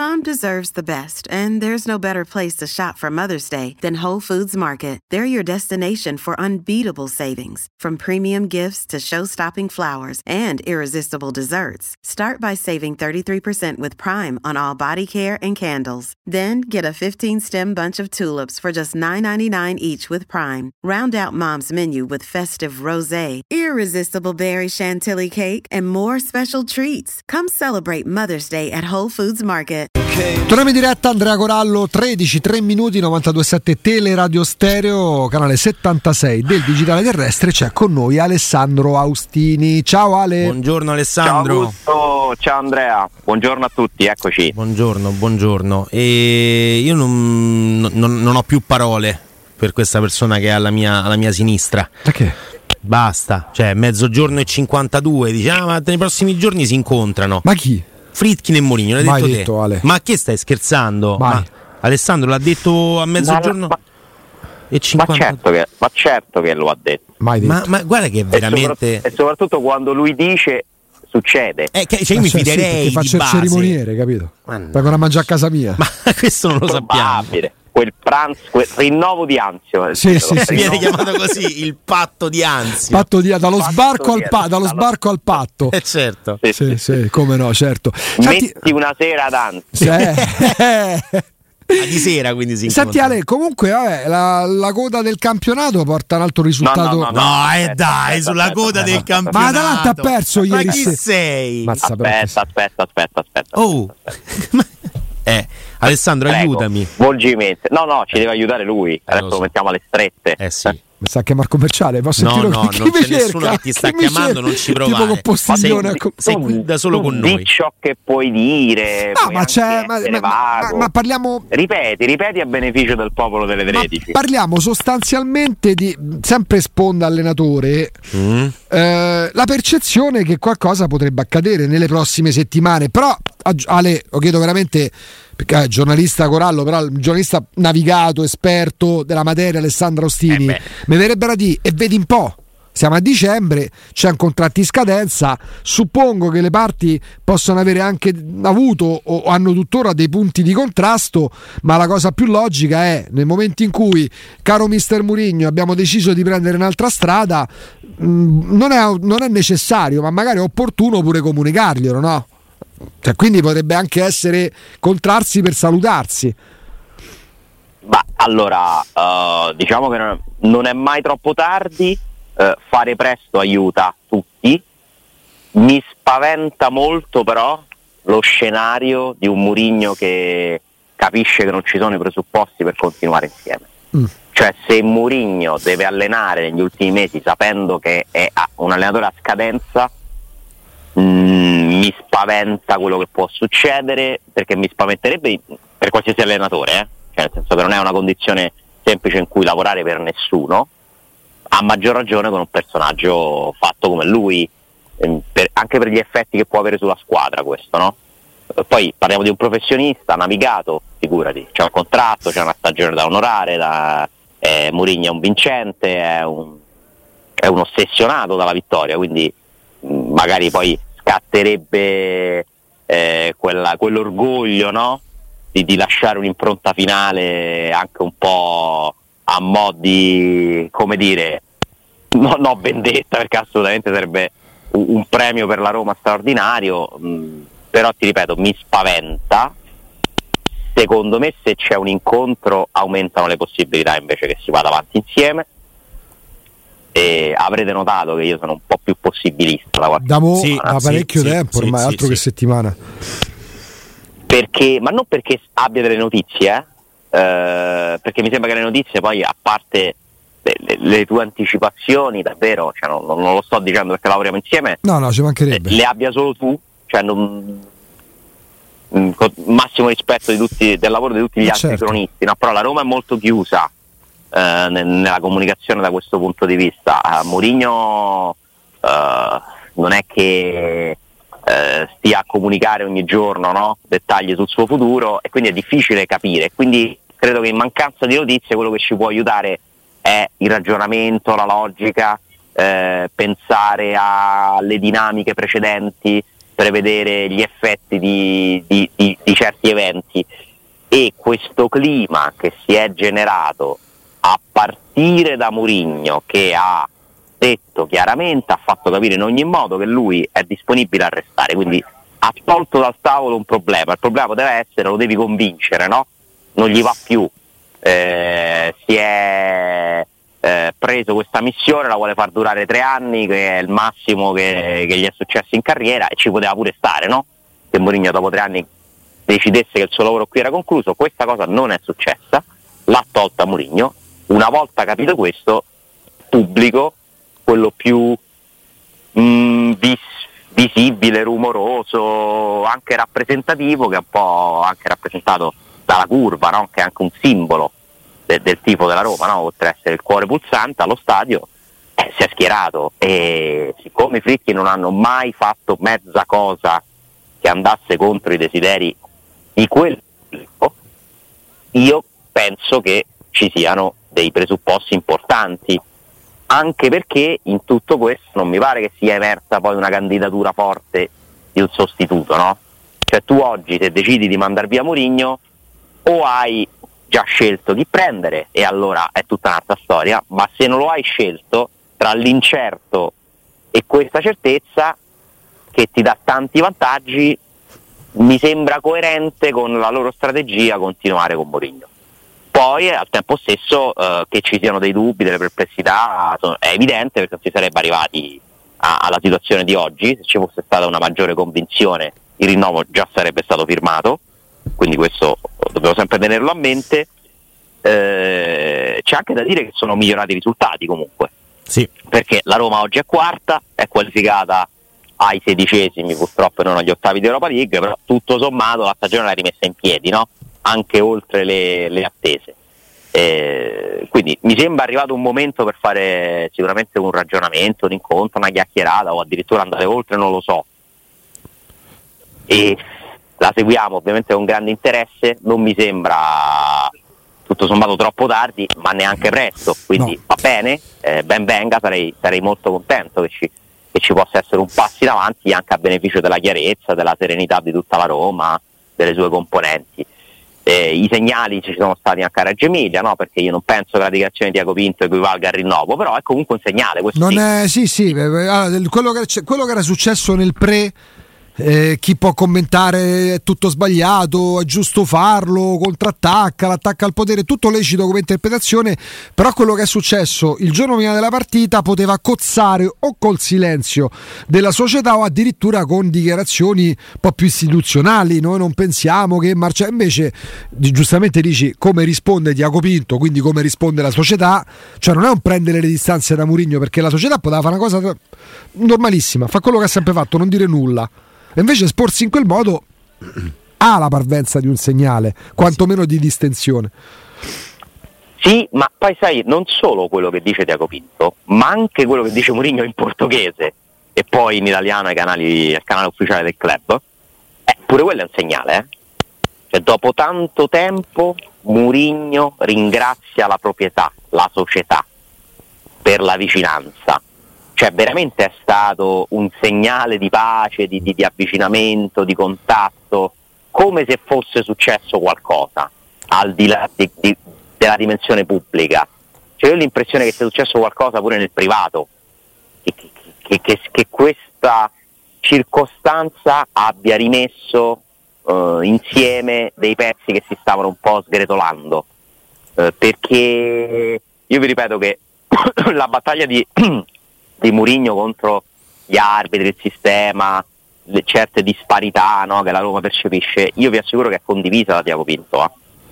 Mom deserves the best, and there's no better place to shop for Mother's Day than Whole Foods Market. They're your destination for unbeatable savings, from premium gifts to show-stopping flowers and irresistible desserts. Start by saving 33% with Prime on all body care and candles. Then get a 15-stem bunch of tulips for just $9.99 each with Prime. Round out Mom's menu with festive rosé, irresistible berry chantilly cake, and more special treats. Come celebrate Mother's Day at Whole Foods Market. Torniamo in diretta, Andrea Corallo, 13, 3 minuti, 92.7 Teleradio Stereo, canale 76 del Digitale Terrestre. C'è con noi Alessandro Austini. Ciao Ale. Buongiorno Alessandro. Ciao Augusto, ciao Andrea, buongiorno a tutti, eccoci. Buongiorno. E io non ho più parole per questa persona che è alla mia sinistra. Perché? Basta, cioè mezzogiorno e 52, dice, ma nei prossimi giorni si incontrano. Ma chi? Friedkin e Mourinho, l'hai Mai detto detto, te. Ale. Ma che stai scherzando? Ma Alessandro l'ha detto a mezzogiorno e 50. Ma certo che lo ha detto. Mai detto. Ma guarda che veramente e soprattutto quando lui dice succede. Io mi fiderei faccio di il base. cerimoniere, capito? Vengono a mangiare a casa mia. Ma questo non lo sappiamo. Probabile. Quel pranzo, quel rinnovo di Anzio. Sì. Viene chiamato così il patto di ansia. Dallo sbarco al patto. Certo. Sì, come no, certo. Metti una sera ad Anzio. Di sera, quindi si Senti Ale, comunque la coda del campionato porta un altro risultato. Dai, sulla coda del campionato. Ma Atalanta ha perso ieri. Ma chi sei? Aspetta. Oh. Alessandro, Prego, aiutami. Volgimento. No, ci deve aiutare lui. Adesso lo mettiamo alle strette. Sì. Mi sa che è Marco Commerciale. Posso No, dirlo? non c'è nessuno che ti sta chiamando, non ci provare. Tipo con Postiglione. Sei qui da solo con noi. Di ciò che puoi dire. No, ma c'è. Ma parliamo. Ripeti a beneficio del popolo delle 13. Parliamo sostanzialmente di sempre sponda allenatore. La percezione che qualcosa potrebbe accadere nelle prossime settimane. Però, Ale, lo chiedo veramente. Perché è giornalista Corallo, però il giornalista navigato, esperto della materia, Alessandro Austini, mi verrebbe da dire, e vedi un po', siamo a dicembre, c'è un contratto in scadenza, suppongo che le parti possono avere anche avuto o hanno tuttora dei punti di contrasto, ma la cosa più logica è, nel momento in cui, caro mister Mourinho, abbiamo deciso di prendere un'altra strada, non è necessario, ma magari è opportuno pure comunicarglielo, no? Cioè, quindi potrebbe anche essere contrarsi per salutarsi. Ma allora, diciamo che non è mai troppo tardi, fare presto aiuta tutti. Mi spaventa molto però lo scenario di un Mourinho che capisce che non ci sono i presupposti per continuare insieme. Cioè, se Mourinho deve allenare negli ultimi mesi sapendo che è un allenatore a scadenza, mi spaventa quello che può succedere, perché mi spaventerebbe per qualsiasi allenatore, cioè nel senso che non è una condizione semplice in cui lavorare per nessuno, a maggior ragione con un personaggio fatto come lui, anche per gli effetti che può avere sulla squadra questo, no? Poi parliamo di un professionista navigato, figurati, c'è un contratto, c'è una stagione da onorare, Mourinho è un vincente, è un ossessionato dalla vittoria, quindi magari poi scatterebbe quell'orgoglio, no? Di lasciare un'impronta finale anche un po' a mo' di, come dire, no vendetta, perché assolutamente sarebbe un premio per la Roma straordinario, però ti ripeto, mi spaventa. Secondo me, se c'è un incontro aumentano le possibilità invece che si vada avanti insieme. E avrete notato che io sono un po' più possibilista da parecchio tempo ormai, altro che settimana. Perché, ma non perché abbia delle notizie, perché mi sembra che le notizie poi, a parte le tue anticipazioni, davvero, cioè non lo sto dicendo perché lavoriamo insieme, no, ci mancherebbe, le abbia solo tu, cioè con massimo rispetto del lavoro di tutti gli altri cronisti, no? Però la Roma è molto chiusa nella comunicazione da questo punto di vista. Mourinho non è che stia a comunicare ogni giorno, no? Dettagli sul suo futuro, e quindi è difficile capire. Quindi credo che in mancanza di notizie quello che ci può aiutare è il ragionamento, la logica, pensare alle dinamiche precedenti, prevedere gli effetti di certi eventi, e questo clima che si è generato a partire da Mourinho, che ha detto chiaramente, ha fatto capire in ogni modo che lui è disponibile a restare, quindi ha tolto dal tavolo un problema. Il problema deve essere, lo devi convincere, no? Non gli va più, si è preso questa missione, la vuole far durare 3 anni, che è il massimo che gli è successo in carriera, e ci poteva pure stare, no? Se Mourinho dopo 3 anni decidesse che il suo lavoro qui era concluso. Questa cosa non è successa, l'ha tolta Mourinho. Una volta capito questo, pubblico, quello più visibile, rumoroso, anche rappresentativo, che è un po' anche rappresentato dalla curva, no? Che è anche un simbolo del tifo della Roma, no? Oltre ad essere il cuore pulsante allo stadio, si è schierato, e siccome i Fritti non hanno mai fatto mezza cosa che andasse contro i desideri di quel pubblico, io penso che ci siano dei presupposti importanti, anche perché in tutto questo non mi pare che sia emersa poi una candidatura forte di un sostituto, no? Cioè, tu oggi, se decidi di mandar via Mourinho, o hai già scelto chi prendere, e allora è tutta un'altra storia, ma se non lo hai scelto, tra l'incerto e questa certezza, che ti dà tanti vantaggi, mi sembra coerente con la loro strategia continuare con Mourinho. Poi al tempo stesso che ci siano dei dubbi, delle perplessità, è evidente, perché non si sarebbe arrivati alla situazione di oggi. Se ci fosse stata una maggiore convinzione, il rinnovo già sarebbe stato firmato, quindi questo dobbiamo sempre tenerlo a mente. C'è anche da dire che sono migliorati i risultati comunque, sì, perché la Roma oggi è quarta, è qualificata ai 16esimi, purtroppo non agli ottavi di Europa League, però tutto sommato la stagione l'ha rimessa in piedi, no? Anche oltre le attese. Quindi mi sembra arrivato un momento per fare sicuramente un ragionamento, un incontro, una chiacchierata, o addirittura andare oltre, non lo so. E la seguiamo ovviamente con grande interesse, non mi sembra tutto sommato troppo tardi, ma neanche presto, quindi va bene, ben venga, sarei molto contento che ci possa essere un passo in avanti, anche a beneficio della chiarezza, della serenità di tutta la Roma, delle sue componenti. I segnali ci sono stati anche a Reggio Emilia, no? Perché io non penso che la dichiarazione di Tiago Pinto equivalga al rinnovo, però è comunque un segnale. Questo non sì. È, sì, quello che era successo nel chi può commentare è tutto sbagliato, è giusto farlo, contrattacca, l'attacca al potere, tutto lecito come interpretazione, però quello che è successo il giorno prima della partita poteva cozzare o col silenzio della società o addirittura con dichiarazioni un po' più istituzionali. Noi non pensiamo che invece giustamente dici come risponde Tiago Pinto, quindi come risponde la società, cioè non è un prendere le distanze da Mourinho, perché la società poteva fare una cosa normalissima, fa quello che ha sempre fatto, non dire nulla. E invece esporsi in quel modo ha la parvenza di un segnale, quantomeno di distensione. Sì, ma poi sai, non solo quello che dice Tiago Pinto, ma anche quello che dice Mourinho in portoghese e poi in italiano al canale ufficiale del club, pure quello è un segnale. Cioè, dopo tanto tempo Mourinho ringrazia la proprietà, la società, per la vicinanza. Cioè veramente è stato un segnale di pace, di avvicinamento, di contatto, come se fosse successo qualcosa al di là della dimensione pubblica. Cioè io ho l'impressione che sia successo qualcosa pure nel privato, che questa circostanza abbia rimesso insieme dei pezzi che si stavano un po' sgretolando, perché io vi ripeto che la battaglia di Mourinho contro gli arbitri, il sistema, le certe disparità, no, che la Roma percepisce, io vi assicuro che è condivisa da Tiago Pinto.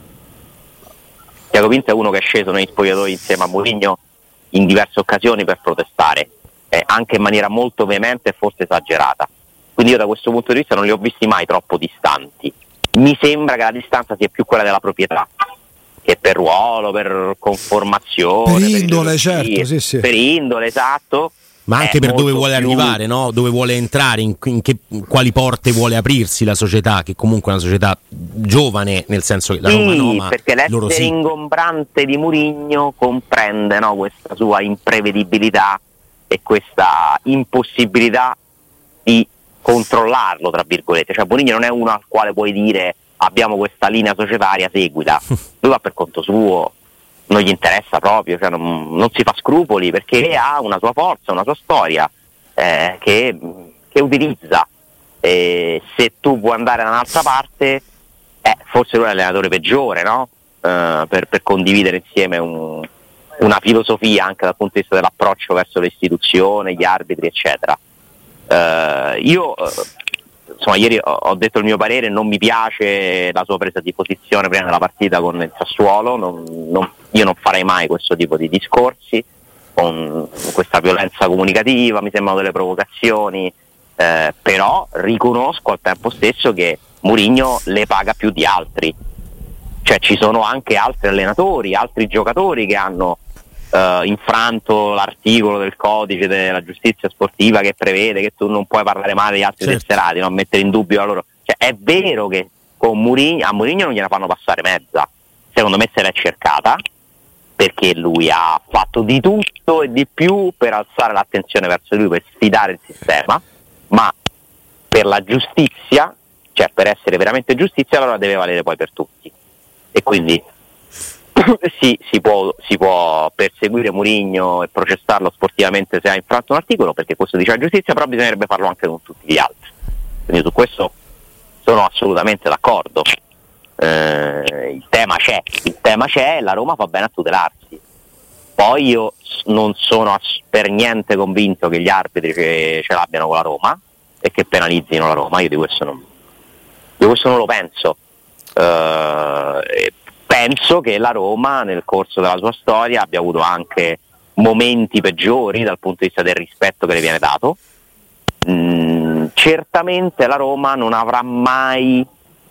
Tiago Pinto è uno che è sceso negli spogliatoi insieme a Mourinho in diverse occasioni per protestare, anche in maniera molto veemente e forse esagerata. Quindi io da questo punto di vista non li ho visti mai troppo distanti. Mi sembra che la distanza sia più quella della proprietà, che per ruolo, per conformazione, per indole, certo, sì. Per indole, esatto. Ma anche per dove vuole arrivare, no? Dove vuole entrare, quali porte vuole aprirsi la società, che comunque è una società giovane, nel senso che la Roma no, ma perché l'essere ingombrante di Mourinho comprende, no, questa sua imprevedibilità e questa impossibilità di controllarlo, tra virgolette. Cioè Mourinho non è uno al quale puoi dire abbiamo questa linea societaria, seguila. Lui va per conto suo, non gli interessa proprio, cioè non si fa scrupoli, perché ha una sua forza, una sua storia che utilizza. Se tu vuoi andare da un'altra parte, forse lui è l'allenatore peggiore, no? Per condividere insieme una filosofia anche dal punto di vista dell'approccio verso le istituzioni, gli arbitri, eccetera. Io insomma ieri ho detto il mio parere, non mi piace la sua presa di posizione prima della partita con il Sassuolo, io non farei mai questo tipo di discorsi con questa violenza comunicativa, mi sembrano delle provocazioni, però riconosco al tempo stesso che Mourinho le paga più di altri, cioè ci sono anche altri allenatori, altri giocatori che hanno infranto l'articolo del codice della giustizia sportiva che prevede che tu non puoi parlare male di altri tesserati, non mettere in dubbio la loro. Cioè, è vero che a Mourinho non gliela fanno passare mezza, secondo me se l'è cercata, perché lui ha fatto di tutto e di più per alzare l'attenzione verso lui, per sfidare il sistema, ma per la giustizia, cioè per essere veramente giustizia, allora deve valere poi per tutti. E quindi sì, si può perseguire Mourinho e processarlo sportivamente se ha infranto un articolo, perché questo dice la giustizia, però bisognerebbe farlo anche con tutti gli altri. Quindi su questo sono assolutamente d'accordo. Il tema c'è, la Roma fa bene a tutelarsi. Poi io non sono per niente convinto che gli arbitri ce l'abbiano con la Roma e che penalizzino la Roma. Io di questo non lo penso. Penso che la Roma nel corso della sua storia abbia avuto anche momenti peggiori dal punto di vista del rispetto che le viene dato. Certamente la Roma non avrà mai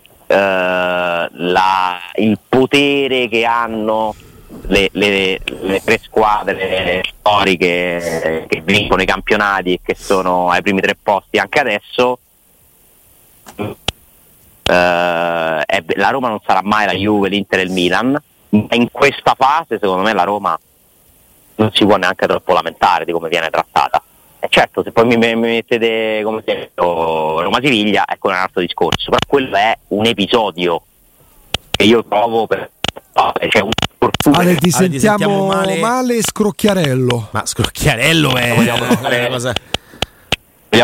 il potere che hanno le tre squadre storiche che vincono i campionati e che sono ai primi 3 posti anche adesso. La Roma non sarà mai la Juve, l'Inter e il Milan, ma in questa fase secondo me la Roma non si può neanche troppo lamentare di come viene trattata. E certo, se poi mi mettete come se Roma-Siviglia, ecco un altro discorso, però quello è un episodio che io trovo cioè un Ale, ti sentiamo male Scrocchiarello. Ma Scrocchiarello è una cosa. Vogliamo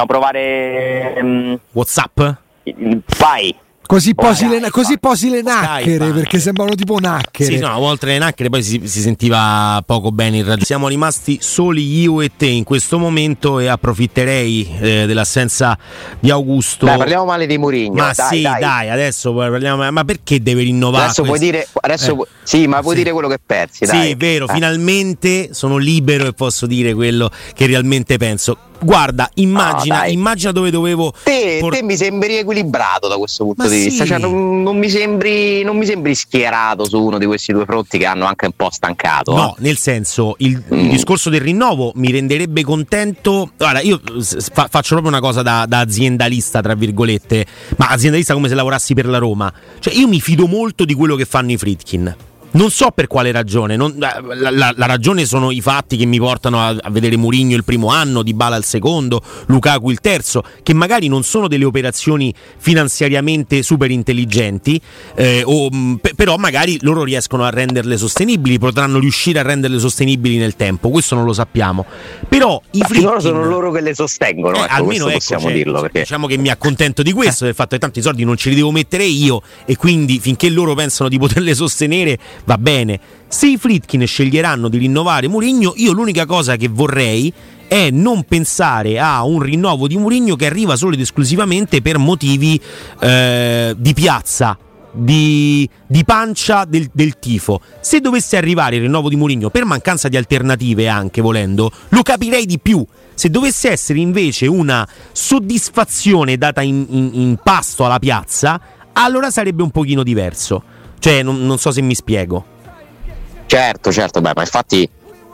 provare WhatsApp? Vai. Così posi le nacchere, perché sembrano tipo nacchere. Sì, no, oltre le nacchere poi si sentiva poco bene il raggio. Siamo rimasti soli io e te in questo momento e approfitterei dell'assenza di Augusto. Dai, parliamo male di Mourinho. Ma dai, adesso parliamo. Ma perché deve rinnovare? Adesso puoi dire, sì, ma puoi dire quello che pensi. Dai. Sì, è vero, finalmente sono libero e posso dire quello che realmente penso. Guarda, immagina dove dovevo. Te mi sembri equilibrato da questo punto di vista. Cioè, non mi sembri schierato su uno di questi due fronti che hanno anche un po' stancato. No, nel senso, il discorso del rinnovo mi renderebbe contento. Guarda, io faccio proprio una cosa da aziendalista, tra virgolette, ma aziendalista come se lavorassi per la Roma. Cioè, io mi fido molto di quello che fanno i Friedkin. Non so per quale ragione, la ragione sono i fatti che mi portano a vedere Mourinho il primo anno, Dybala il secondo, Lukaku il terzo, che magari non sono delle operazioni finanziariamente super intelligenti, però magari loro riescono a renderle sostenibili, potranno riuscire a renderle sostenibili nel tempo, questo non lo sappiamo. Però i Friedkin sono loro che le sostengono, almeno possiamo dirlo. Perché diciamo che mi accontento di questo, del fatto che tanti soldi non ce li devo mettere io e quindi finché loro pensano di poterle sostenere va bene. Se i Friedkin sceglieranno di rinnovare Mourinho, io l'unica cosa che vorrei è non pensare a un rinnovo di Mourinho che arriva solo ed esclusivamente per motivi di piazza, di pancia del tifo. Se dovesse arrivare il rinnovo di Mourinho per mancanza di alternative, anche volendo, lo capirei di più. Se dovesse essere invece una soddisfazione data in pasto alla piazza, allora sarebbe un pochino diverso. Cioè, non so se mi spiego. Certo, ma infatti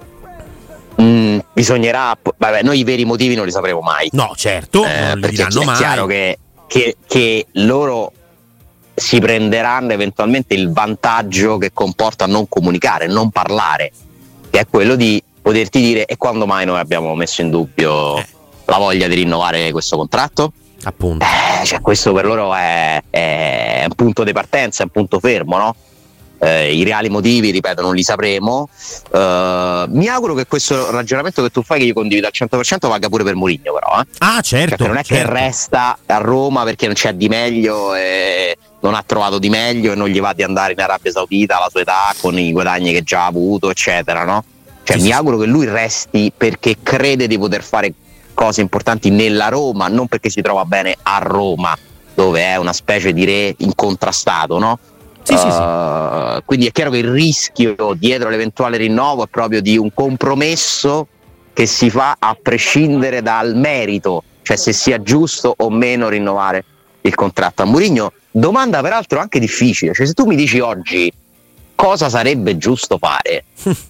bisognerà. Noi i veri motivi non li sapremo mai. No, certo, non li diranno mai. È chiaro che loro si prenderanno eventualmente il vantaggio che comporta non comunicare, non parlare, che è quello di poterti dire: e quando mai noi abbiamo messo in dubbio la voglia di rinnovare questo contratto? appunto. Cioè, questo per loro è un punto di partenza, è un punto fermo, no? I reali motivi, ripeto, non li sapremo. Mi auguro che questo ragionamento che tu fai, che io condivido al 100%, valga pure per Mourinho, però. Ah, certo. Cioè, non è che resta a Roma perché non c'è di meglio e non ha trovato di meglio e non gli va di andare in Arabia Saudita alla sua età con i guadagni che già ha avuto, eccetera, no? Cioè, mi auguro che lui resti perché crede di poter fare cose importanti nella Roma, non perché si trova bene a Roma, dove è una specie di re incontrastato, no? Sì. Quindi è chiaro che il rischio dietro l'eventuale rinnovo è proprio di un compromesso che si fa a prescindere dal merito, cioè se sia giusto o meno rinnovare il contratto a Mourinho. Domanda peraltro anche difficile, cioè se tu mi dici oggi cosa sarebbe giusto fare,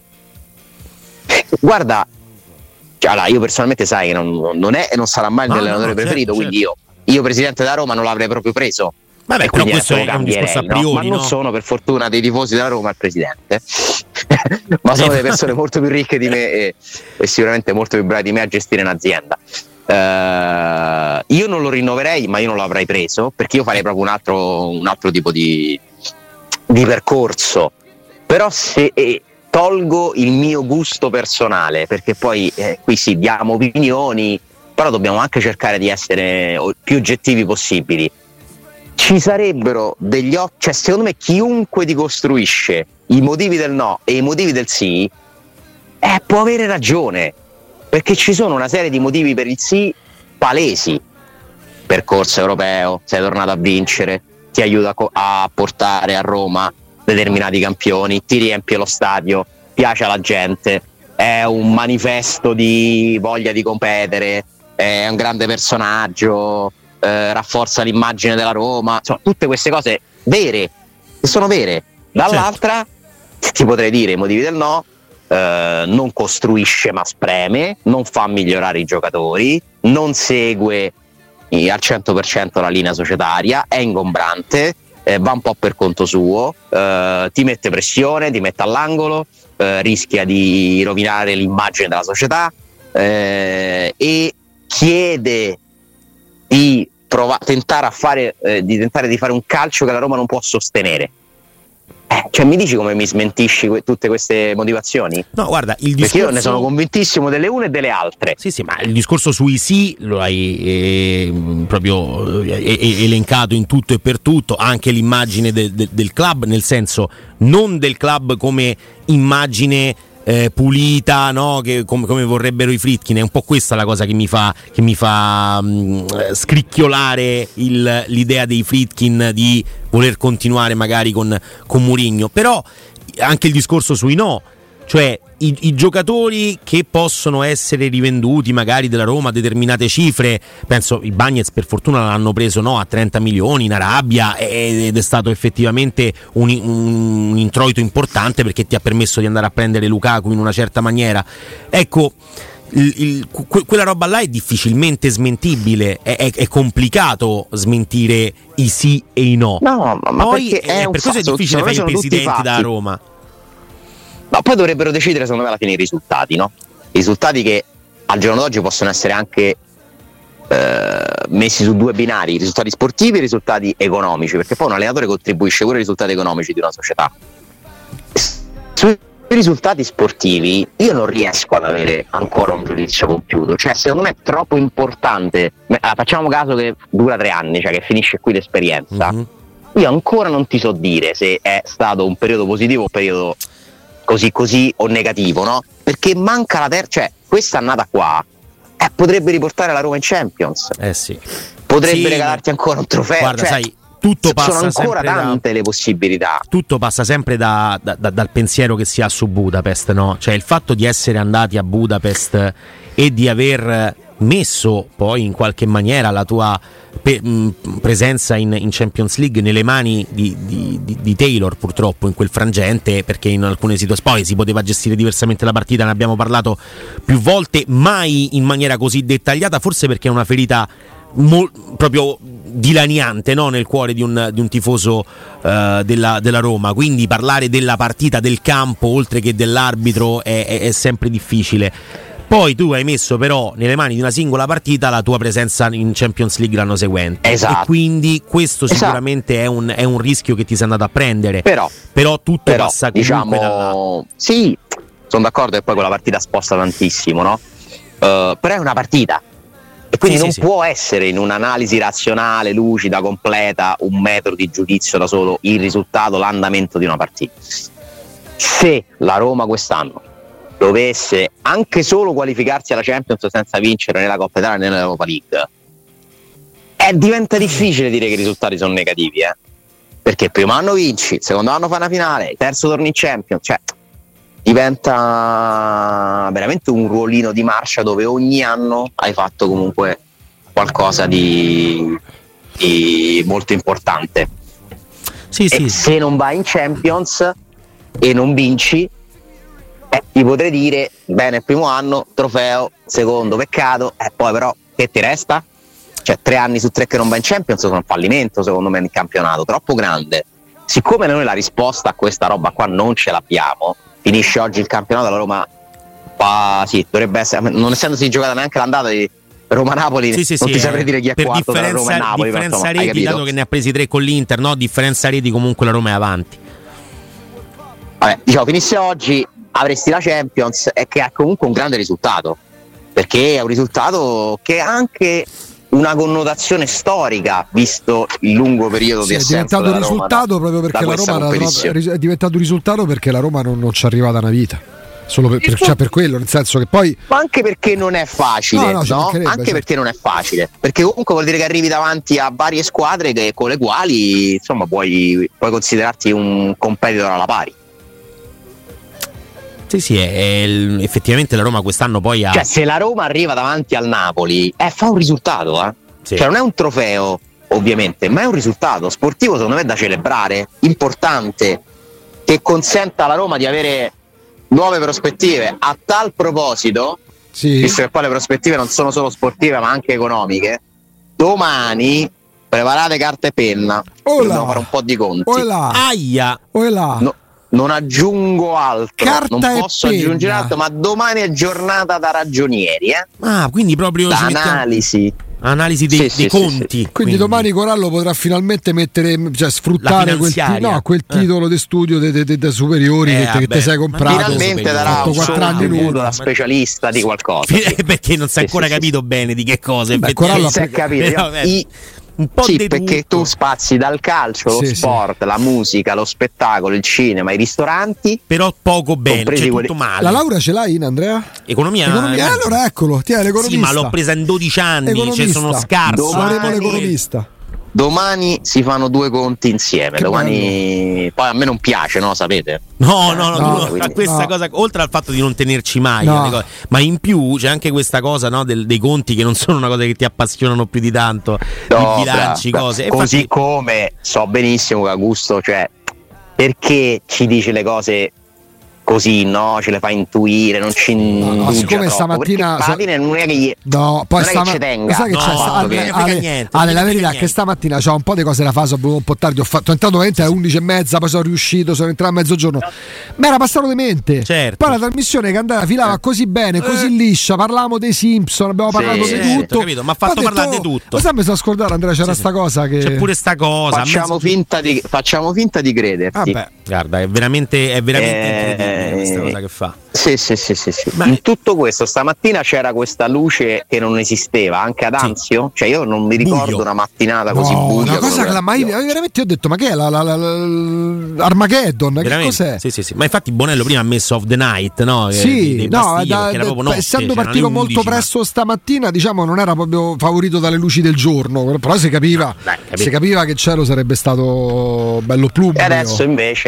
guarda, cioè, allora, io personalmente sai che non è e non sarà mai il mio allenatore preferito, certo. quindi io presidente da Roma non l'avrei proprio preso. Vabbè, però questo è un discorso a priori, no? Ma non sono per fortuna dei tifosi della Roma il presidente ma sono delle persone molto più ricche di me e sicuramente molto più bravi di me a gestire un'azienda. Io non lo rinnoverei, ma io non l'avrei preso perché io farei proprio un altro tipo di percorso. Però se tolgo il mio gusto personale, perché poi qui sì, diamo opinioni, però dobbiamo anche cercare di essere più oggettivi possibili. Ci sarebbero cioè secondo me chiunque ti costruisce i motivi del no e i motivi del sì può avere ragione, perché ci sono una serie di motivi per il sì palesi: percorso europeo, sei tornato a vincere, ti aiuta a portare a Roma determinati campioni, ti riempie lo stadio, piace alla gente, è un manifesto di voglia di competere, è un grande personaggio, rafforza l'immagine della Roma, insomma tutte queste cose vere, che sono vere. Dall'altra ti potrei dire i motivi del no: non costruisce ma spreme, non fa migliorare i giocatori, non segue al 100% la linea societaria, è ingombrante, va un po' per conto suo, ti mette pressione, ti mette all'angolo, rischia di rovinare l'immagine della società, e chiede di tentare di fare un calcio che la Roma non può sostenere. Cioè mi dici come mi smentisci tutte queste motivazioni? No, guarda, il discorso... Perché io ne sono convintissimo delle une e delle altre. Sì, ma il discorso sui sì lo hai proprio elencato in tutto e per tutto, anche l'immagine del club, nel senso non del club come immagine pulita, no? Come vorrebbero i Friedkin. È un po' questa la cosa che mi fa scricchiolare l'idea dei Friedkin di voler continuare magari con Mourinho. Però anche il discorso sui no, cioè i giocatori che possono essere rivenduti magari della Roma a determinate cifre, penso i Bagnez per fortuna l'hanno preso a 30 milioni in Arabia ed è stato effettivamente un introito importante perché ti ha permesso di andare a prendere Lukaku in una certa maniera. Ecco, quella roba là è difficilmente smentibile, è complicato smentire i sì e i no. No, ma poi è per questo è difficile fare il presidente da Roma. Ma poi dovrebbero decidere secondo me alla fine i risultati, no? I risultati che al giorno d'oggi possono essere anche messi su due binari: i risultati sportivi e i risultati economici, perché poi un allenatore contribuisce pure ai risultati economici di una società. Sui risultati sportivi io non riesco ad avere ancora un giudizio compiuto, cioè secondo me è troppo importante. Facciamo caso che dura 3 anni, cioè che finisce qui l'esperienza. Mm-hmm. Io ancora non ti so dire se è stato un periodo positivo o un periodo così o negativo, no? Perché manca la cioè questa annata qua potrebbe riportare la Roma in Champions. Sì. Potrebbe regalarti ancora un trofeo. Guarda, cioè, sai, tutto passa sono ancora tante le possibilità. Tutto passa sempre dal pensiero che si ha su Budapest, no? Cioè il fatto di essere andati a Budapest e di aver messo poi in qualche maniera la tua presenza in Champions League nelle mani di Taylor, purtroppo in quel frangente, perché in alcune situazioni poi si poteva gestire diversamente la partita, ne abbiamo parlato più volte, mai in maniera così dettagliata, forse perché è una ferita proprio dilaniante, no? Nel cuore di un tifoso della Roma, quindi parlare della partita, del campo oltre che dell'arbitro è sempre difficile. poi tu hai messo però nelle mani di una singola partita la tua presenza in Champions League l'anno seguente. Esatto. E quindi questo sicuramente è un rischio che ti sei andato a prendere. Però tutto passa comunque dalla... Sì, sono d'accordo che poi quella partita sposta tantissimo, no? Però è una partita. E quindi non può essere in un'analisi razionale, lucida, completa, un metro di giudizio da solo, il risultato, l'andamento di una partita. Se la Roma quest'anno dovesse anche solo qualificarsi alla Champions senza vincere né la Coppa Italia né l'Europa League, diventa difficile dire che i risultati sono negativi, perché il primo anno vinci, il secondo anno fai una finale, il terzo torni in Champions, cioè diventa veramente un ruolino di marcia dove ogni anno hai fatto comunque qualcosa di molto importante. Se non vai in Champions e non vinci, ti potrei dire bene, il primo anno trofeo, secondo peccato, poi però che ti resta? Cioè 3 anni su 3 che non vai in Champions sono un fallimento secondo me nel campionato, troppo grande. Siccome noi la risposta a questa roba qua non ce l'abbiamo, finisce oggi il campionato, la Roma dovrebbe essere, non essendosi giocata neanche l'andata di Roma-Napoli, non ti saprei dire chi è quarto tra Roma e Napoli. Differenza reti, dato che ne ha presi 3 con l'Inter, no? Differenza reti comunque la Roma è avanti. Vabbè, diciamo, finisse oggi avresti la Champions, e che ha comunque un grande risultato, perché è un risultato che ha anche una connotazione storica, visto il lungo periodo di assenza della Roma. Proprio perché la Roma è diventato un risultato perché la Roma non ci è arrivata una vita. Solo per quello, nel senso che poi. Ma anche perché non è facile, no? Anche perché non è facile. Perché comunque vuol dire che arrivi davanti a varie squadre con le quali insomma puoi considerarti un competitor alla pari. Sì, effettivamente la Roma quest'anno poi ha... Cioè, se la Roma arriva davanti al Napoli, fa un risultato, Cioè, non è un trofeo, ovviamente, ma è un risultato sportivo, secondo me, da celebrare, importante, che consenta alla Roma di avere nuove prospettive. A tal proposito, visto che poi le prospettive non sono solo sportive, ma anche economiche, domani preparate carta e penna, dobbiamo fare un po' di conti. Aia! Non aggiungo altro, carta non posso aggiungere altro, ma domani è giornata da ragionieri, quindi proprio da analisi dei conti. Sì. Quindi domani Corallo potrà finalmente sfruttare quel titolo di studio dei superiori che ti sei comprato. Finalmente darà un contributo da specialista di qualcosa. Perché non si è ancora capito bene di che cosa. Corallo si è capito. Un po' perché tu spazi dal calcio, lo sport, la musica, lo spettacolo, il cinema, i ristoranti, però poco bene, tutto male. La laurea ce l'hai in Andrea? Economia. Allora eccolo, ti è l'economista. Sì, ma l'ho presa in 12 anni, sono scarso. Faremo l'economista. Domani si fanno 2 conti insieme. Domani poi a me non piace, no? Sapete? No, questa cosa, oltre al fatto di non tenerci mai, ma in più c'è anche questa cosa, no, dei conti che non sono una cosa che ti appassionano più di tanto, i bilanci, cose. Così infatti, come so benissimo che Augusto, cioè, perché ci dice le cose così, no? Ce le fa intuire, non ci siccome stamattina non è che ci tenga. Sai che c'è la verità è che stamattina c'ho un po' di cose da fare, sono venuto un po' tardi, sono entrato veramente alle 11:30, poi sono riuscito, sono entrato a mezzogiorno, ma era passato di mente. Certo. Poi la trasmissione che andava filava così bene, così liscia, parlavamo dei Simpson, abbiamo parlato di tutto, capito, ma ha fatto parlare di tutto. Sai, mi sono scordato, Andrea, c'era sta cosa che... c'è pure sta cosa, facciamo finta di crederti. Guarda, è veramente incredibile questa cosa che fa. Sì. Ma in tutto questo stamattina c'era questa luce che non esisteva anche ad Anzio, cioè io non mi ricordo una mattinata così buia. Una cosa che veramente ho detto, ma che è Armageddon? Che cos'è? Sì. Ma infatti Bonello prima ha messo Off the Night, no? Essendo partito molto presto stamattina, diciamo non era proprio favorito dalle luci del giorno, però si capiva che il cielo sarebbe stato bello plumbeo. E adesso invece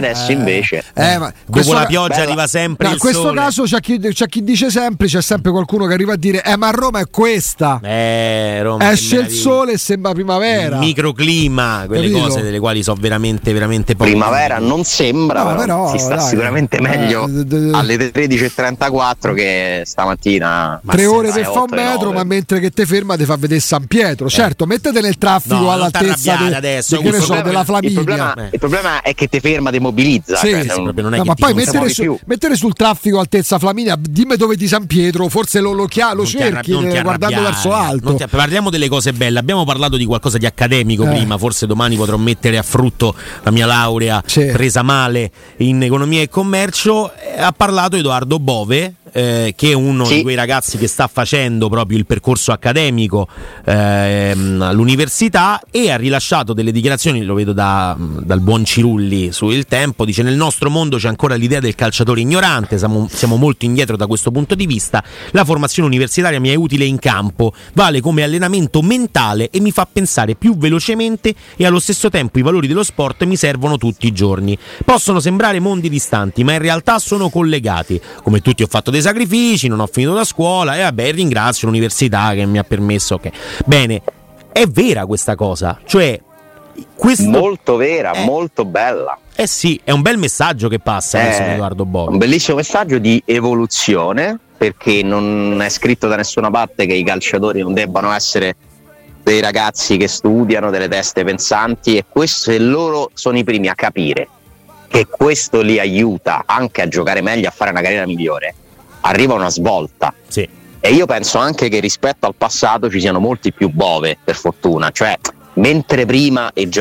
dopo la pioggia arriva sempre in questo caso c'è chi dice sempre, c'è sempre qualcuno che arriva a dire ma Roma è questa, Roma esce il sole e sembra primavera, il microclima, quelle cose delle quali so veramente poco. Primavera non sembra, però si sta sicuramente meglio alle 13:34 che stamattina. 3 ore per fare un metro, ma mentre che te ferma ti fa vedere San Pietro. Certo, mettete nel traffico all'altezza della Flaminia. Il problema è che te ferma, ti mobilizza. Sì, cioè, sì, non è no, che ma ti poi non mettere sul traffico altezza Flaminia, dimmi dove di San Pietro, forse lo cerchi guardando verso l'alto. Parliamo delle cose belle. Abbiamo parlato di qualcosa di accademico prima, forse domani potrò mettere a frutto la mia laurea presa male in economia e commercio. Ha parlato Edoardo Bove, che è uno di quei ragazzi che sta facendo proprio il percorso accademico all'università, e ha rilasciato delle dichiarazioni, lo vedo dal buon Cirulli su Il Tempo. Dice: nel nostro mondo c'è ancora l'idea del calciatore ignorante, siamo molto indietro da questo punto di vista. La formazione universitaria mi è utile in campo, vale come allenamento mentale e mi fa pensare più velocemente, e allo stesso tempo i valori dello sport mi servono tutti i giorni. Possono sembrare mondi distanti, ma in realtà sono collegati. Come tutti ho fatto dei sacrifici, non ho finito la scuola e vabbè, ringrazio l'università che mi ha permesso. Bene, è vera questa cosa, cioè molto vera, molto bella. Sì, è un bel messaggio che passa adesso Edoardo Bove. Un bellissimo messaggio di evoluzione, perché non è scritto da nessuna parte che i calciatori non debbano essere dei ragazzi che studiano, delle teste pensanti, e questo, e loro sono i primi a capire che questo li aiuta anche a giocare meglio, a fare una carriera migliore. Arriva una svolta. Sì. E io penso anche che rispetto al passato ci siano molti più Bove, per fortuna. Cioè, mentre prima il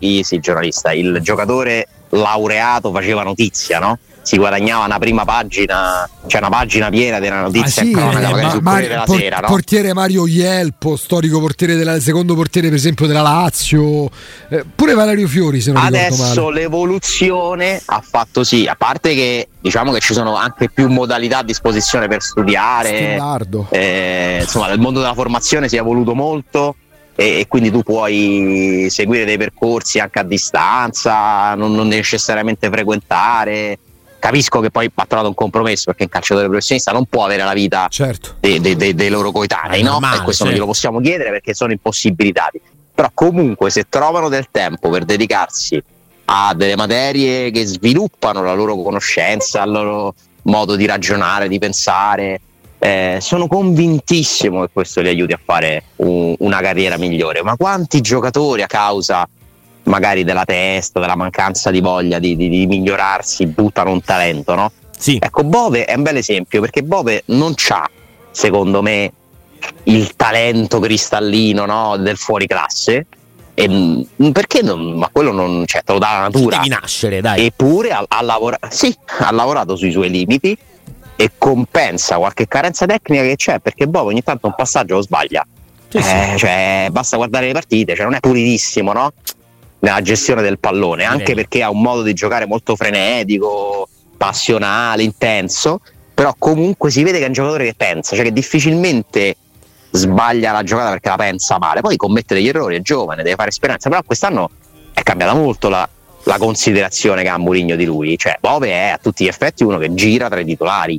giocatore laureato faceva notizia, no? Si guadagnava una prima pagina, cioè una pagina piena della notizia e cronaca, magari sul Corriere della Sera, no? Portiere Mario Ielpo, storico portiere secondo portiere per esempio della Lazio, pure Valerio Fiori, se non ricordo male. Adesso l'evoluzione ha fatto sì, a parte che diciamo che ci sono anche più modalità a disposizione per studiare, insomma il mondo della formazione si è evoluto molto, e quindi tu puoi seguire dei percorsi anche a distanza, non necessariamente frequentare. Capisco che poi va trovato un compromesso, perché un calciatore professionista non può avere la vita dei loro coetanei, no? E questo non glielo possiamo chiedere perché sono impossibilitati. Però comunque, se trovano del tempo per dedicarsi a delle materie che sviluppano la loro conoscenza, il loro modo di ragionare, di pensare, sono convintissimo che questo li aiuti a fare una carriera migliore. Ma quanti giocatori, a causa magari della testa, della mancanza di voglia di migliorarsi, buttano un talento, no? Sì. Ecco, Bove è un bel esempio, perché Bove non c'ha, secondo me, il talento cristallino, no, del fuoriclasse, perché ma quello non, cioè, te lo dà la natura. Devi nascere, dai. Eppure ha lavorato sui suoi limiti e compensa qualche carenza tecnica che c'è, perché Bove ogni tanto un passaggio lo sbaglia. Cioè, basta guardare le partite, cioè non è pulitissimo, no? Nella gestione del pallone, anche perché ha un modo di giocare molto frenetico, passionale, intenso, però comunque si vede che è un giocatore che pensa, cioè che difficilmente sbaglia la giocata perché la pensa male, poi commette degli errori, è giovane, deve fare esperienza. Però quest'anno è cambiata molto la considerazione che ha Mourinho di lui, cioè Bove è a tutti gli effetti uno che gira tra i titolari,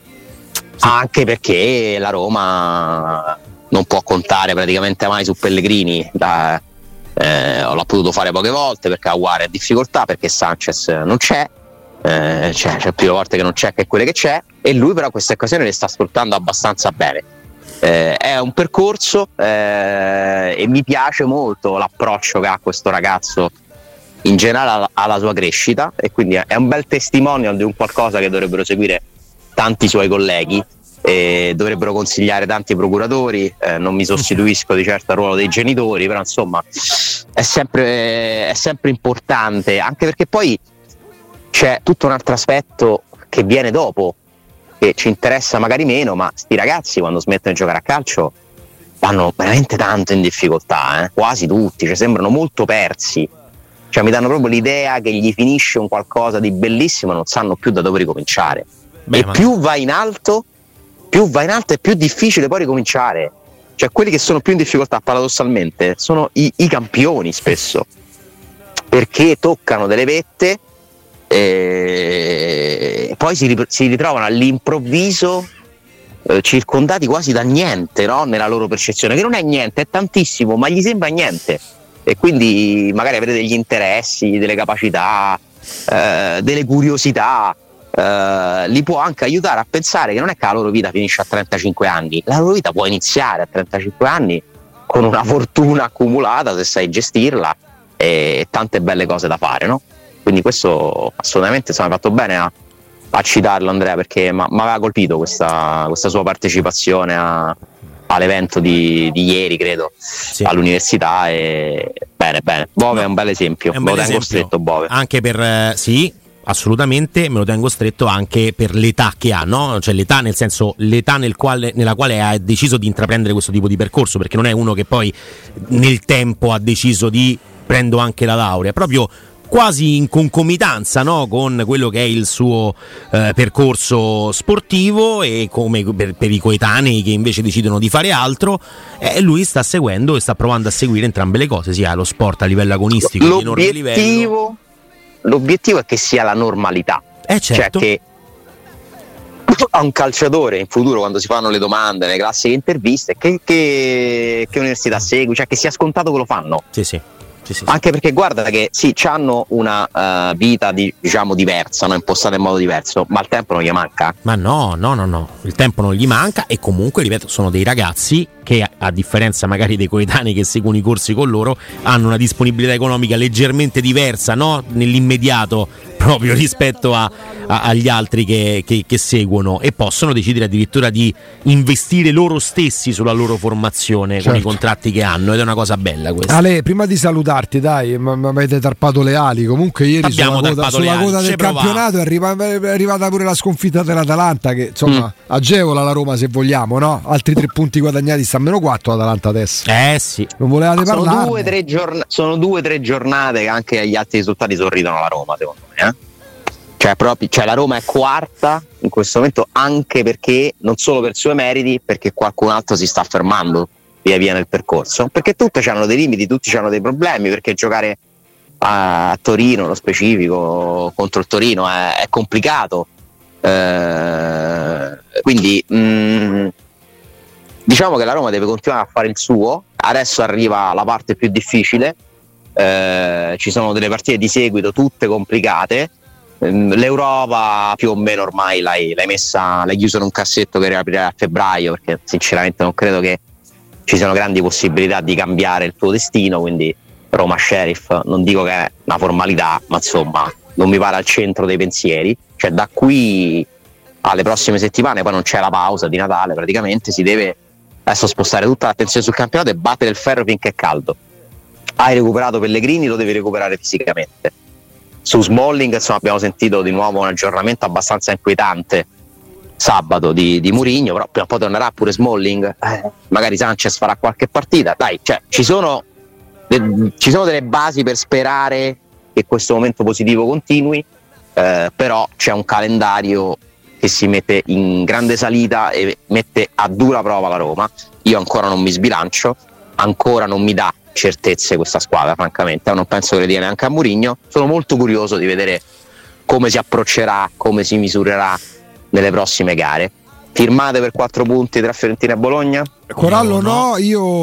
anche perché la Roma non può contare praticamente mai su Pellegrini. L'ha potuto fare poche volte perché Aouar è in difficoltà, perché Sanchez non c'è, c'è più volte che non c'è che quelle che c'è, e lui però queste occasioni le sta sfruttando abbastanza bene. È un percorso, e mi piace molto l'approccio che ha questo ragazzo in generale alla sua crescita, e quindi è un bel testimonial di un qualcosa che dovrebbero seguire tanti suoi colleghi, dovrebbero consigliare tanti procuratori. Non mi sostituisco di certo al ruolo dei genitori, però insomma è sempre importante, anche perché poi c'è tutto un altro aspetto che viene dopo, che ci interessa magari meno, ma sti ragazzi quando smettono di giocare a calcio vanno veramente tanto in difficoltà, quasi tutti, cioè sembrano molto persi, cioè mi danno proprio l'idea che gli finisce un qualcosa di bellissimo e non sanno più da dove ricominciare. Più vai in alto è più difficile poi ricominciare. Cioè quelli che sono più in difficoltà paradossalmente sono i campioni spesso, perché toccano delle vette e poi si ritrovano all'improvviso circondati quasi da niente, no? Nella loro percezione, che non è niente, è tantissimo, ma gli sembra niente, e quindi magari avere degli interessi, delle capacità, delle curiosità, li può anche aiutare a pensare che non è che la loro vita finisce a 35 anni, la loro vita può iniziare a 35 anni con una fortuna accumulata, se sai gestirla, e tante belle cose da fare, no? quindi questo assolutamente sono fatto bene a citarlo, Andrea, perché mi aveva colpito questa sua partecipazione all'evento di ieri, credo, all'università, e bene. Bove è un bel esempio, me lo tengo stretto Bove. Anche per sì, assolutamente, me lo tengo stretto anche per l'età che ha, no? Cioè l'età, nel senso l'età nella quale ha deciso di intraprendere questo tipo di percorso, perché non è uno che poi nel tempo ha deciso di prendo anche la laurea, proprio quasi in concomitanza, no? Con quello che è il suo percorso sportivo, e come per i coetanei che invece decidono di fare altro, lui sta seguendo e sta provando a seguire entrambe le cose, sia lo sport a livello agonistico di enorme livello. L'obiettivo è che sia la normalità, certo. Cioè che a un calciatore in futuro, quando si fanno le domande, le classiche interviste, che università segui, cioè che sia scontato che lo fanno. Sì. Anche perché guarda che sì, hanno una vita diciamo diversa, no? Impostata in modo diverso, ma il tempo non gli manca. Ma no, il tempo non gli manca, e comunque, ripeto, sono dei ragazzi che, a differenza magari dei coetanei che seguono i corsi con loro, hanno una disponibilità economica leggermente diversa, no? Nell'immediato, proprio rispetto agli altri che seguono, e possono decidere addirittura di investire loro stessi sulla loro formazione, con i contratti che hanno, ed è una cosa bella questa. Ale, prima di salutarti, dai, mi avete tarpato le ali. Comunque ieri sulla coda del campionato è arrivata pure la sconfitta dell'Atalanta, che insomma agevola la Roma, se vogliamo, no? Altri 3 punti guadagnati, sta a -4 l'Atalanta adesso. Sì. Non volevate parlare? Sono 2-3 giornate che anche agli altri risultati sorridono la Roma, secondo me. Cioè la Roma è quarta in questo momento, anche perché non solo per i suoi meriti, perché qualcun altro si sta fermando via via nel percorso, perché tutti hanno dei limiti, tutti hanno dei problemi, perché giocare a Torino, nello specifico, contro il Torino è complicato, quindi diciamo che la Roma deve continuare a fare il suo. Adesso arriva la parte più difficile, ci sono delle partite di seguito tutte complicate. L'Europa più o meno ormai l'hai chiuso in un cassetto che riaprirà a febbraio, perché sinceramente non credo che ci siano grandi possibilità di cambiare il tuo destino, quindi Roma Sheriff non dico che è una formalità, ma insomma non mi pare al centro dei pensieri. Cioè da qui alle prossime settimane, poi non c'è la pausa di Natale, praticamente si deve adesso spostare tutta l'attenzione sul campionato e battere il ferro finché è caldo. Hai recuperato Pellegrini, lo devi recuperare fisicamente. Su Smalling, insomma, abbiamo sentito di nuovo un aggiornamento abbastanza inquietante sabato di Mourinho, però prima o poi tornerà pure Smalling, magari Sanchez farà qualche partita, dai, cioè ci sono delle basi per sperare che questo momento positivo continui, però c'è un calendario che si mette in grande salita e mette a dura prova la Roma. Io ancora non mi sbilancio, ancora non mi dà certezze questa squadra, francamente, non penso che le dia neanche a Mourinho. Sono molto curioso di vedere come si approccerà, come si misurerà nelle prossime gare. Firmate per 4 punti tra Fiorentina e Bologna? Corallo no,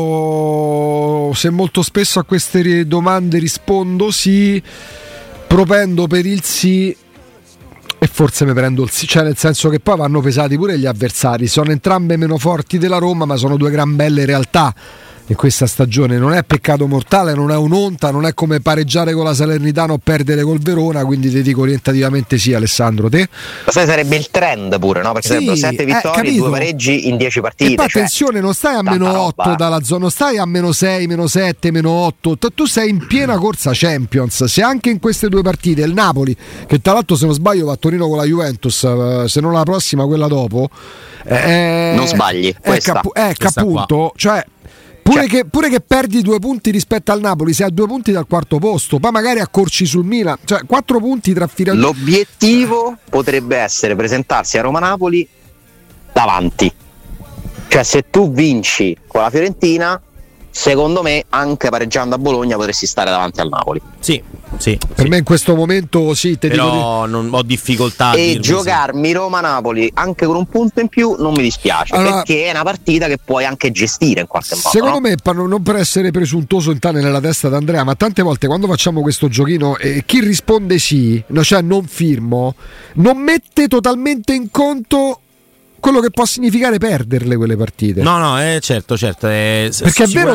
io se molto spesso a queste domande rispondo sì, propendo per il sì, e forse mi prendo il sì, cioè nel senso che poi vanno pesati pure gli avversari, sono entrambe meno forti della Roma, ma sono 2 gran belle realtà in questa stagione. Non è peccato mortale, non è un'onta, non è come pareggiare con la Salernitana o perdere col Verona, quindi ti dico orientativamente sì. Alessandro, te? Ma sai, sarebbe il trend pure, no? Perché sarebbero 7 vittorie, 2 pareggi in 10 partite. E poi attenzione, non stai a -8 dalla zona, non stai a -6, -7, -8, tu sei in piena corsa Champions. Se anche in queste 2 partite il Napoli, che tra l'altro se non sbaglio va a Torino con la Juventus, se non la prossima quella dopo, non sbagli, questa appunto, cioè pure che perdi 2 punti rispetto al Napoli, sei a 2 punti dal quarto posto, poi magari accorci sul Milan, cioè 4 punti tra Fiorentina. L'obiettivo potrebbe essere presentarsi a Roma-Napoli davanti, cioè se tu vinci con la Fiorentina, secondo me anche pareggiando a Bologna potresti stare davanti al Napoli. Sì. Per me in questo momento sì, però non ho difficoltà e giocarmi Roma-Napoli anche con un punto in più non mi dispiace, perché è una partita che puoi anche gestire in qualche modo. Secondo me, non per essere presuntuoso entrare nella testa d'Andrea, ma tante volte quando facciamo questo giochino chi risponde sì, cioè non firmo, non mette totalmente in conto quello che può significare perderle quelle partite. No, certo. Perché è vero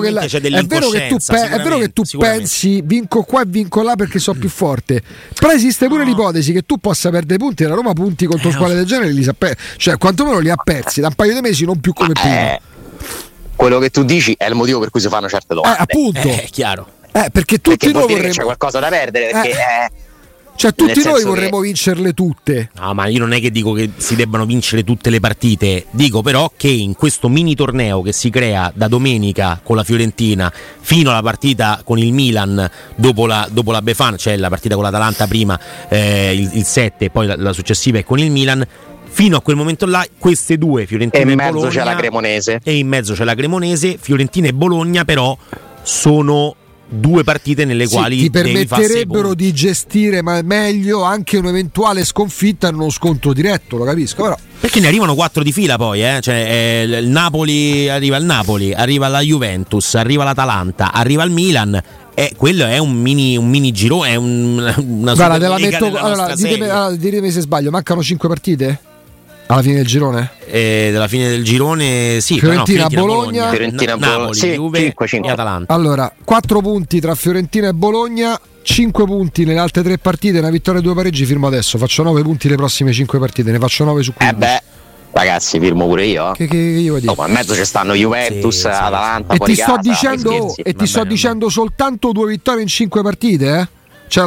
che tu pensi vinco qua e vinco là perché so più forte. Però esiste pure l'ipotesi che tu possa perdere punti e la Roma punti contro squadre del genere cioè quantomeno li ha persi da un paio di mesi, non più come prima. Quello che tu dici è il motivo per cui si fanno certe domande. Appunto. È chiaro. Perché tutti noi vorremmo c'è qualcosa da perdere perché cioè tutti noi vorremmo vincerle tutte. No, ma io non è che dico che si debbano vincere tutte le partite, dico però che in questo mini torneo che si crea da domenica con la Fiorentina fino alla partita con il Milan dopo la Befana, cioè la partita con l'Atalanta prima, il 7 e poi la successiva è con il Milan, fino a quel momento là queste due, Fiorentina e Bologna, in mezzo c'è la Cremonese, e in mezzo c'è la Cremonese. Fiorentina e Bologna però sono due partite nelle quali ti permetterebbero di gestire meglio anche un'eventuale sconfitta in uno scontro diretto, lo capisco, però perché ne arrivano 4 di fila poi, cioè il Napoli, arriva la Juventus, arriva l'Atalanta, arriva il Milan. Quello è un mini giro, è una guarda, te la metto, allora, ditemi se sbaglio, mancano 5 partite? Alla fine del girone? Della fine del girone, sì. Fiorentina, Bologna, Napoli, sì, Juve e Atalanta. Allora, 4 punti tra Fiorentina e Bologna, 5 punti nelle altre 3 partite, una vittoria e 2 pareggi, firmo adesso. Faccio 9 punti le prossime 5 partite, ne faccio 9 su 15. Ragazzi, firmo pure io. Che io dico? Ma in mezzo ci stanno Juventus, Atalanta, e ti sto dicendo soltanto 2 vittorie in 5 partite, Cioè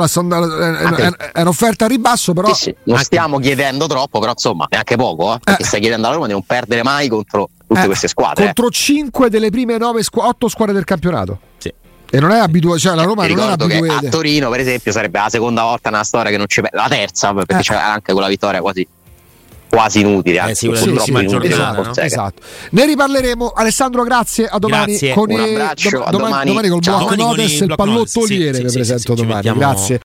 è un'offerta a ribasso, però sì. Non stiamo chiedendo troppo, però insomma neanche poco, perché stai chiedendo alla Roma di non perdere mai contro tutte queste squadre. Contro 5 delle prime 8 squadre del campionato. Sì. E non è abituato, cioè la Roma non è abituata. A Torino, per esempio, sarebbe la seconda volta nella storia che non ci la terza, perché c'è anche quella vittoria quasi inutile, esatto. Ne riparleremo. Alessandro, grazie, a domani. Un abbraccio, domani col blocco notes e il pallottoliere vi presento domani. Grazie.